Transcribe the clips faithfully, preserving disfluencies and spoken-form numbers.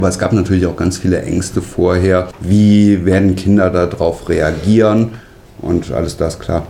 Aber es gab natürlich auch ganz viele Ängste vorher. Wie werden Kinder darauf reagieren? Und alles das, klar.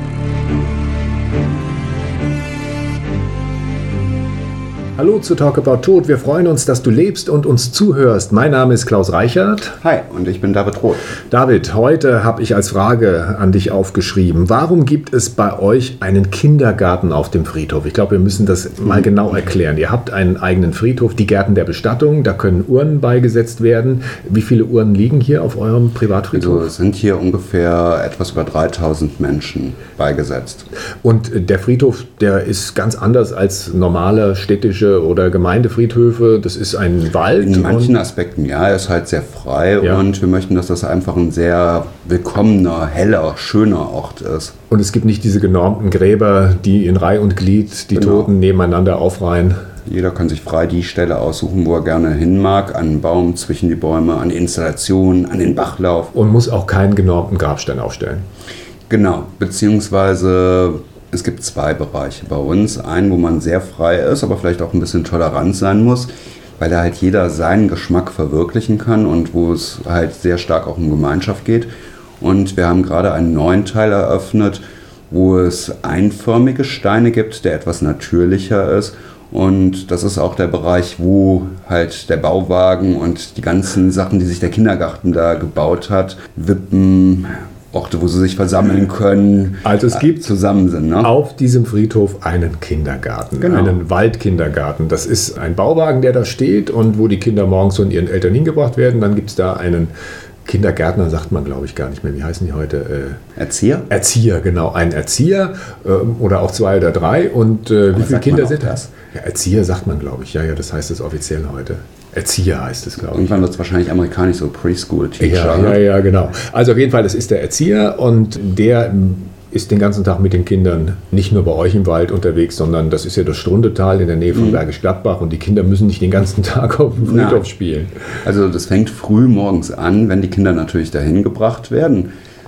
Hallo zu Talk About Tod. Wir freuen uns, dass du lebst und uns zuhörst. Mein Name ist Klaus Reichert. Hi, und ich bin David Roth. David, heute habe ich als Frage an dich aufgeschrieben. Warum gibt es bei euch einen Kindergarten auf dem Friedhof? Ich glaube, wir müssen das mal genau erklären. Ihr habt einen eigenen Friedhof, die Gärten der Bestattung. Da können Urnen beigesetzt werden. Wie viele Urnen liegen hier auf eurem Privatfriedhof? Also es sind hier ungefähr etwas über dreitausend Menschen beigesetzt. Und der Friedhof, der ist ganz anders als normale städtische oder Gemeindefriedhöfe. Das ist ein Wald. In manchen Aspekten, ja, er ist halt sehr frei Ja. und wir möchten, dass das einfach ein sehr willkommener, heller, schöner Ort ist. Und es gibt nicht diese genormten Gräber, die in Reih und Glied die Genau. Toten nebeneinander aufreihen. Jeder kann sich frei die Stelle aussuchen, wo er gerne hin mag, an einen Baum, zwischen die Bäume, an die Installation, an den Bachlauf. Und muss auch keinen genormten Grabstein aufstellen. Genau, beziehungsweise es gibt zwei Bereiche bei uns. Einen, wo man sehr frei ist, aber vielleicht auch ein bisschen tolerant sein muss, weil da halt jeder seinen Geschmack verwirklichen kann und wo es halt sehr stark auch um Gemeinschaft geht. Und wir haben gerade einen neuen Teil eröffnet, wo es einförmige Steine gibt, der etwas natürlicher ist. Und das ist auch der Bereich, wo halt der Bauwagen und die ganzen Sachen, die sich der Kindergarten da gebaut hat, Wippen, Orte, wo sie sich versammeln können, Also es gibt zusammen sind. Ne? auf diesem Friedhof einen Kindergarten, Genau. einen Waldkindergarten. Das ist ein Bauwagen, der da steht und wo die Kinder morgens von ihren Eltern hingebracht werden. Dann gibt es da einen Kindergärtner, sagt man glaube ich gar nicht mehr. Wie heißen die heute? Äh, Erzieher? Erzieher, genau. Ein Erzieher ähm, oder auch zwei oder drei. Und äh, wie viele sagt Kinder man auch sind das? Ja, Erzieher sagt man glaube ich. Ja, ja, das heißt es offiziell heute. Erzieher heißt es, glaube ich. Irgendwann wird es wahrscheinlich amerikanisch so Preschool-Teacher. Ja, ja, ja, genau. Also auf jeden Fall, das ist der Erzieher und der ähm, ist den ganzen Tag mit den Kindern nicht nur bei euch im Wald unterwegs, sondern das ist ja das Strundetal in der Nähe von Mhm. Bergisch Gladbach und die Kinder müssen nicht den ganzen Tag auf dem Friedhof Nein. spielen. Also das fängt früh morgens an, wenn die Kinder natürlich dahin gebracht werden.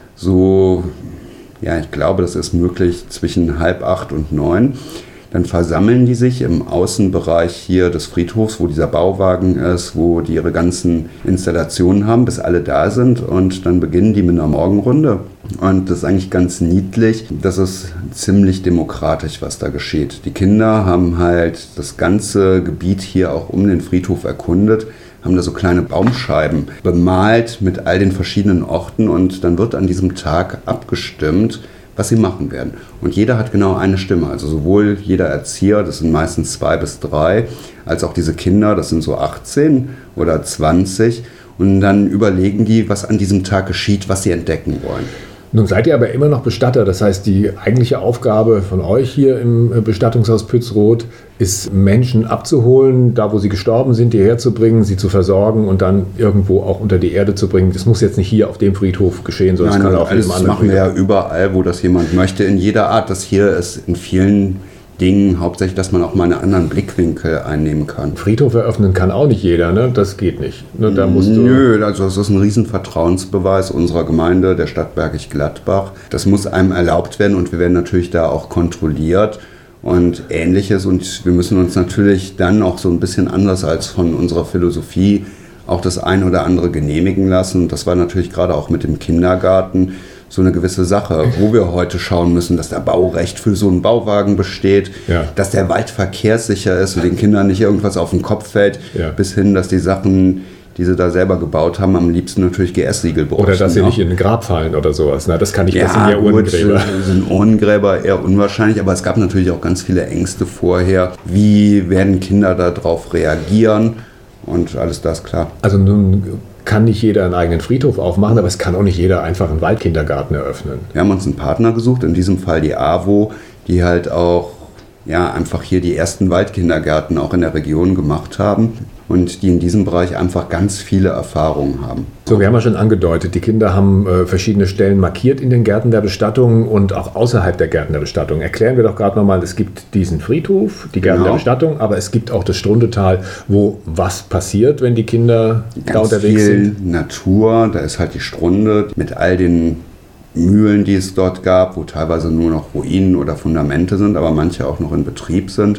So, ja, ich glaube, das ist möglich zwischen halb acht und neun. Dann versammeln die sich im Außenbereich hier des Friedhofs, wo dieser Bauwagen ist, wo die ihre ganzen Installationen haben, bis alle da sind. Und dann beginnen die mit einer Morgenrunde. Und das ist eigentlich ganz niedlich. Das ist ziemlich demokratisch, was da geschieht. Die Kinder haben halt das ganze Gebiet hier auch um den Friedhof erkundet, haben da so kleine Baumscheiben bemalt mit all den verschiedenen Orten. Und dann wird an diesem Tag abgestimmt, was sie machen werden. Und jeder hat genau eine Stimme. Also sowohl jeder Erzieher, das sind meistens zwei bis drei, als auch diese Kinder, das sind so achtzehn oder zwanzig. Und dann überlegen die, was an diesem Tag geschieht, was sie entdecken wollen. Nun seid ihr aber immer noch Bestatter. Das heißt, die eigentliche Aufgabe von euch hier im Bestattungshaus Pützroth ist, Menschen abzuholen, da wo sie gestorben sind, hierher zu bringen, sie zu versorgen und dann irgendwo auch unter die Erde zu bringen. Das muss jetzt nicht hier auf dem Friedhof geschehen, sondern Nein, es kann auch auf alles jedem anderen machen wir Friedhof. ja überall, wo das jemand möchte, in jeder Art. Das hier ist in vielen Dingen hauptsächlich, dass man auch mal einen anderen Blickwinkel einnehmen kann. Friedhof eröffnen kann auch nicht jeder, ne? Das geht nicht. Ne? Da musst du Nö, also das ist ein riesen Vertrauensbeweis unserer Gemeinde, der Stadt Bergisch Gladbach. Das muss einem erlaubt werden und wir werden natürlich da auch kontrolliert und Ähnliches. Und wir müssen uns natürlich dann auch so ein bisschen anders als von unserer Philosophie auch das ein oder andere genehmigen lassen. Und das war natürlich gerade auch mit dem Kindergarten so eine gewisse Sache, wo wir heute schauen müssen, dass der Baurecht für so einen Bauwagen besteht, Ja. dass der Wald verkehrssicher ist und den Kindern nicht irgendwas auf den Kopf fällt, Ja. bis hin, dass die Sachen, die sie da selber gebaut haben, am liebsten natürlich G S-Siegel bräuchten. oder dass sie ne? nicht in ein Grab fallen oder sowas. Na, das kann ich, das sind Ja, ja gut, Urnengräber. sind Urnengräber eher unwahrscheinlich, aber es gab natürlich auch ganz viele Ängste vorher. Wie werden Kinder darauf reagieren? Und alles das, klar. Also nun kann nicht jeder einen eigenen Friedhof aufmachen, aber es kann auch nicht jeder einfach einen Waldkindergarten eröffnen. Wir haben uns einen Partner gesucht, in diesem Fall die A W O, die halt auch ja, einfach hier die ersten Waldkindergärten auch in der Region gemacht haben und die in diesem Bereich einfach ganz viele Erfahrungen haben. So, wir haben ja schon angedeutet, die Kinder haben äh, verschiedene Stellen markiert in den Gärten der Bestattung und auch außerhalb der Gärten der Bestattung. Erklären wir doch gerade nochmal, es gibt diesen Friedhof, die Gärten Genau. der Bestattung, aber es gibt auch das Strundetal, wo was passiert, wenn die Kinder da Ganz unterwegs viel sind. Natur, da ist halt die Strunde mit all den Mühlen, die es dort gab, wo teilweise nur noch Ruinen oder Fundamente sind, aber manche auch noch in Betrieb sind.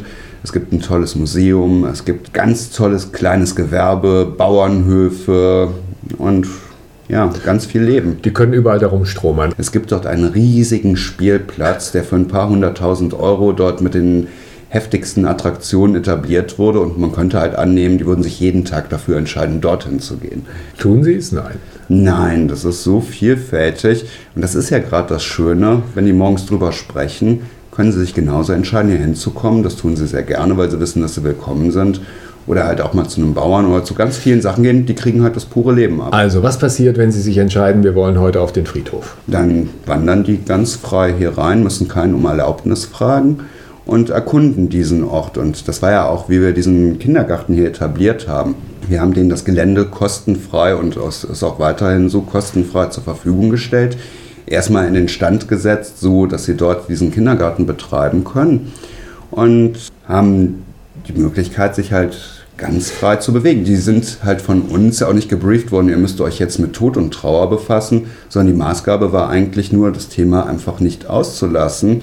Es gibt ein tolles Museum, es gibt ganz tolles kleines Gewerbe, Bauernhöfe und ja, ganz viel Leben. Die können überall darum stromern. Es gibt dort einen riesigen Spielplatz, der für ein paar hunderttausend Euro dort mit den heftigsten Attraktionen etabliert wurde und man könnte halt annehmen, die würden sich jeden Tag dafür entscheiden, dorthin zu gehen. Tun sie es? Nein. Nein, das ist so vielfältig und das ist ja gerade das Schöne, wenn die morgens drüber sprechen, können sie sich genauso entscheiden, hier hinzukommen. Das tun sie sehr gerne, weil sie wissen, dass sie willkommen sind. Oder halt auch mal zu einem Bauern oder zu ganz vielen Sachen gehen, die kriegen halt das pure Leben ab. Also, was passiert, wenn Sie sich entscheiden, wir wollen heute auf den Friedhof? Dann wandern die ganz frei hier rein, müssen keinen um Erlaubnis fragen und erkunden diesen Ort. Und das war ja auch, wie wir diesen Kindergarten hier etabliert haben. Wir haben denen das Gelände kostenfrei und es ist auch weiterhin so kostenfrei zur Verfügung gestellt. Erstmal in den Stand gesetzt, so dass sie dort diesen Kindergarten betreiben können und haben die Möglichkeit, sich halt ganz frei zu bewegen. Die sind halt von uns ja auch nicht gebrieft worden, ihr müsst euch jetzt mit Tod und Trauer befassen, sondern die Maßgabe war eigentlich nur, das Thema einfach nicht auszulassen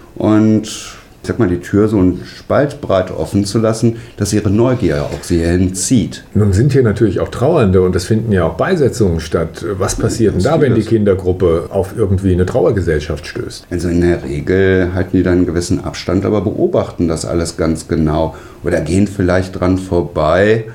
und ich sag mal, die Tür so einen Spalt breit offen zu lassen, dass ihre Neugier auch sie hierhin zieht. Nun sind hier natürlich auch Trauernde und es finden ja auch Beisetzungen statt. Was passiert denn da, wenn die Kindergruppe auf irgendwie eine Trauergesellschaft stößt? Also in der Regel halten die dann einen gewissen Abstand, aber beobachten das alles ganz genau oder gehen vielleicht dran vorbei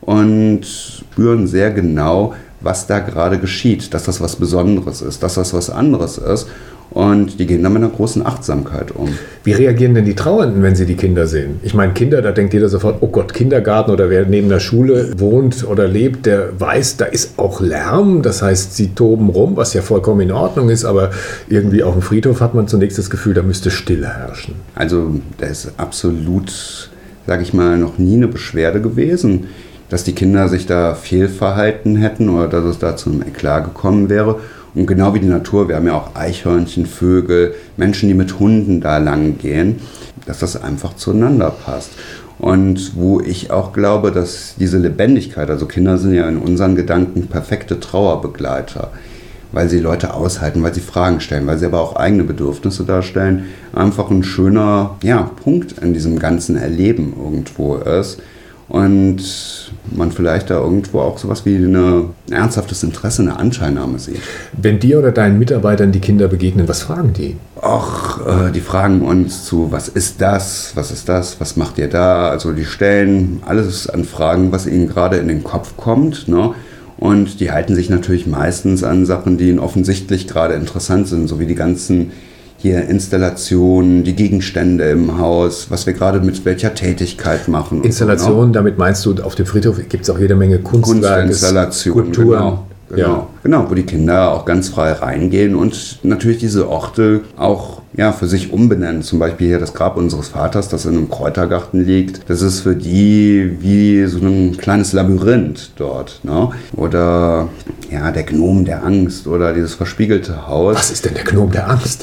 und spüren sehr genau, was da gerade geschieht, dass das was Besonderes ist, dass das was anderes ist. Und die gehen dann mit einer großen Achtsamkeit um. Wie reagieren denn die Trauernden, wenn sie die Kinder sehen? Ich meine, Kinder, da denkt jeder sofort, oh Gott, Kindergarten oder wer neben der Schule wohnt oder lebt, der weiß, da ist auch Lärm. Das heißt, sie toben rum, was ja vollkommen in Ordnung ist, aber irgendwie auf dem Friedhof hat man zunächst das Gefühl, da müsste Stille herrschen. Also da ist absolut, sage ich mal, noch nie eine Beschwerde gewesen, dass die Kinder sich da fehlverhalten hätten oder dass es da zu einem Eklat gekommen wäre. Und genau wie die Natur, wir haben ja auch Eichhörnchen, Vögel, Menschen, die mit Hunden da lang gehen, dass das einfach zueinander passt. Und wo ich auch glaube, dass diese Lebendigkeit, also Kinder sind ja in unseren Gedanken perfekte Trauerbegleiter, weil sie Leute aushalten, weil sie Fragen stellen, weil sie aber auch eigene Bedürfnisse darstellen, einfach ein schöner ja, Punkt in diesem ganzen Erleben irgendwo ist. Und man vielleicht da irgendwo auch sowas wie ein ernsthaftes Interesse, eine Anteilnahme sieht. Wenn dir oder deinen Mitarbeitern die Kinder begegnen, was fragen die? Ach, äh, die fragen uns zu, was ist das, was ist das, was macht ihr da? Also die stellen alles an Fragen, was ihnen gerade in den Kopf kommt, ne? Und die halten sich natürlich meistens an Sachen, die ihnen offensichtlich gerade interessant sind, so wie die ganzen hier Installationen, die Gegenstände im Haus, was wir gerade mit welcher Tätigkeit machen. Installationen, so, damit meinst du, auf dem Friedhof gibt es auch jede Menge Kunstwerke, Kunstinstallationen, Skulpturen. Genau, genau, ja. genau, wo die Kinder auch ganz frei reingehen und natürlich diese Orte auch ja, für sich umbenennen. Zum Beispiel hier das Grab unseres Vaters, das in einem Kräutergarten liegt. Das ist für die wie so ein kleines Labyrinth dort. Ne? Oder ja, der Gnom der Angst oder dieses verspiegelte Haus. Was ist denn der Gnom der Angst?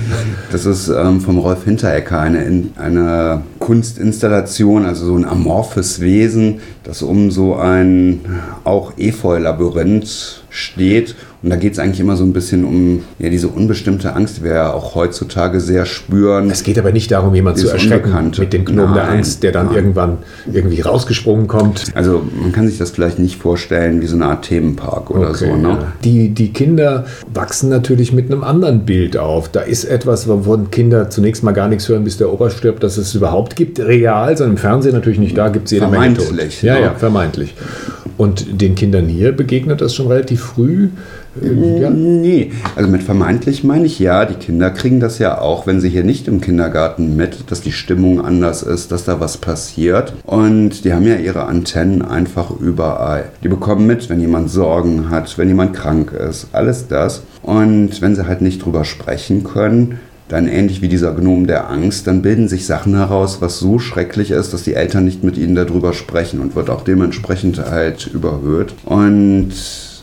Das ist ähm, vom Rolf Hinteregger eine, eine Kunstinstallation, also so ein amorphes Wesen, das um so ein auch Efeu-Labyrinth steht. Und da geht es eigentlich immer so ein bisschen um ja, diese unbestimmte Angst, die wir ja auch heutzutage sehr spüren. Es geht aber nicht darum, jemanden zu erschrecken Unbekannte. Mit dem Gnom der Angst, der dann nein. irgendwann irgendwie rausgesprungen kommt. Also man kann sich das vielleicht nicht vorstellen wie so eine Art Themenpark oder okay, so. Ne? Ja. Die, die Kinder wachsen natürlich mit einem anderen Bild auf. Da ist etwas, wovon Kinder zunächst mal gar nichts hören, bis der Opa stirbt, dass es überhaupt gibt. Real, sondern im Fernsehen natürlich nicht da, gibt es jede Menge Tod. Vermeintlich. Ja, ja, vermeintlich. Und den Kindern hier begegnet das schon relativ früh. Ja. Nee, also mit vermeintlich meine ich ja, die Kinder kriegen das ja auch, wenn sie hier nicht im Kindergarten mit, dass die Stimmung anders ist, dass da was passiert und die haben ja ihre Antennen einfach überall. Die bekommen mit, wenn jemand Sorgen hat, wenn jemand krank ist, alles das und wenn sie halt nicht drüber sprechen können, dann ähnlich wie dieser Gnom der Angst, dann bilden sich Sachen heraus, was so schrecklich ist, dass die Eltern nicht mit ihnen darüber sprechen und wird auch dementsprechend halt überhöht und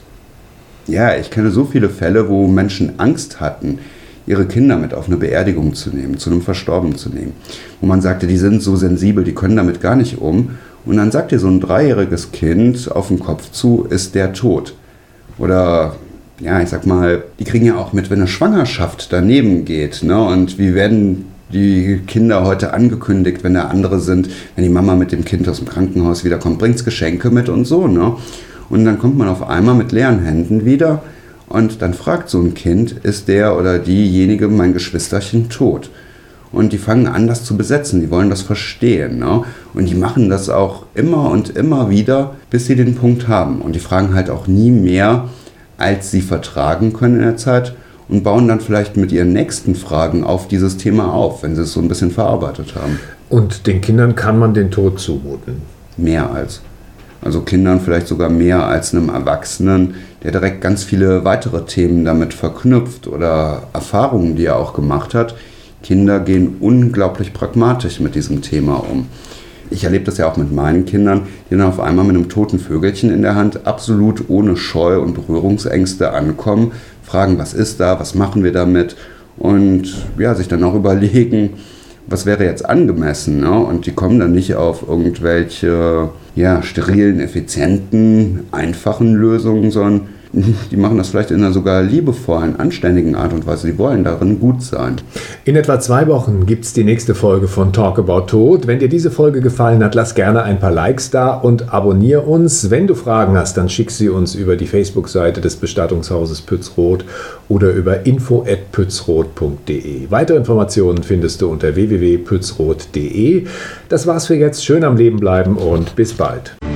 ja, ich kenne so viele Fälle, wo Menschen Angst hatten, ihre Kinder mit auf eine Beerdigung zu nehmen, zu einem Verstorbenen zu nehmen. Wo man sagte, die sind so sensibel, die können damit gar nicht um. Und dann sagt dir so ein dreijähriges Kind auf den Kopf zu, ist der tot. Oder, ja, ich sag mal, die kriegen ja auch mit, wenn eine Schwangerschaft daneben geht. Ne? Und wie werden die Kinder heute angekündigt, wenn da andere sind, wenn die Mama mit dem Kind aus dem Krankenhaus wiederkommt, bringt's Geschenke mit und so, ne? Und dann kommt man auf einmal mit leeren Händen wieder und dann fragt so ein Kind, ist der oder diejenige, mein Geschwisterchen, tot? Und die fangen an, das zu besetzen, die wollen das verstehen, ne? Und die machen das auch immer und immer wieder, bis sie den Punkt haben. Und die fragen halt auch nie mehr, als sie vertragen können in der Zeit und bauen dann vielleicht mit ihren nächsten Fragen auf dieses Thema auf, wenn sie es so ein bisschen verarbeitet haben. Und den Kindern kann man den Tod zumuten? Mehr als. Also Kindern vielleicht sogar mehr als einem Erwachsenen, der direkt ganz viele weitere Themen damit verknüpft oder Erfahrungen, die er auch gemacht hat. Kinder gehen unglaublich pragmatisch mit diesem Thema um. Ich erlebe das ja auch mit meinen Kindern, die dann auf einmal mit einem toten Vögelchen in der Hand absolut ohne Scheu und Berührungsängste ankommen, fragen, was ist da, was machen wir damit und ja, sich dann auch überlegen, was wäre jetzt angemessen, ne? Und die kommen dann nicht auf irgendwelche ja, sterilen, effizienten, einfachen Lösungen, sondern die machen das vielleicht in einer sogar liebevollen, anständigen Art und Weise. Die wollen darin gut sein. In etwa zwei Wochen gibt es die nächste Folge von Talk About Tod. Wenn dir diese Folge gefallen hat, lass gerne ein paar Likes da und abonniere uns. Wenn du Fragen hast, dann schick sie uns über die Facebook-Seite des Bestattungshauses Pützroth oder über info at pützroth punkt de. Weitere Informationen findest du unter w w w punkt pützroth punkt de. Das war's für jetzt. Schön am Leben bleiben und bis bald.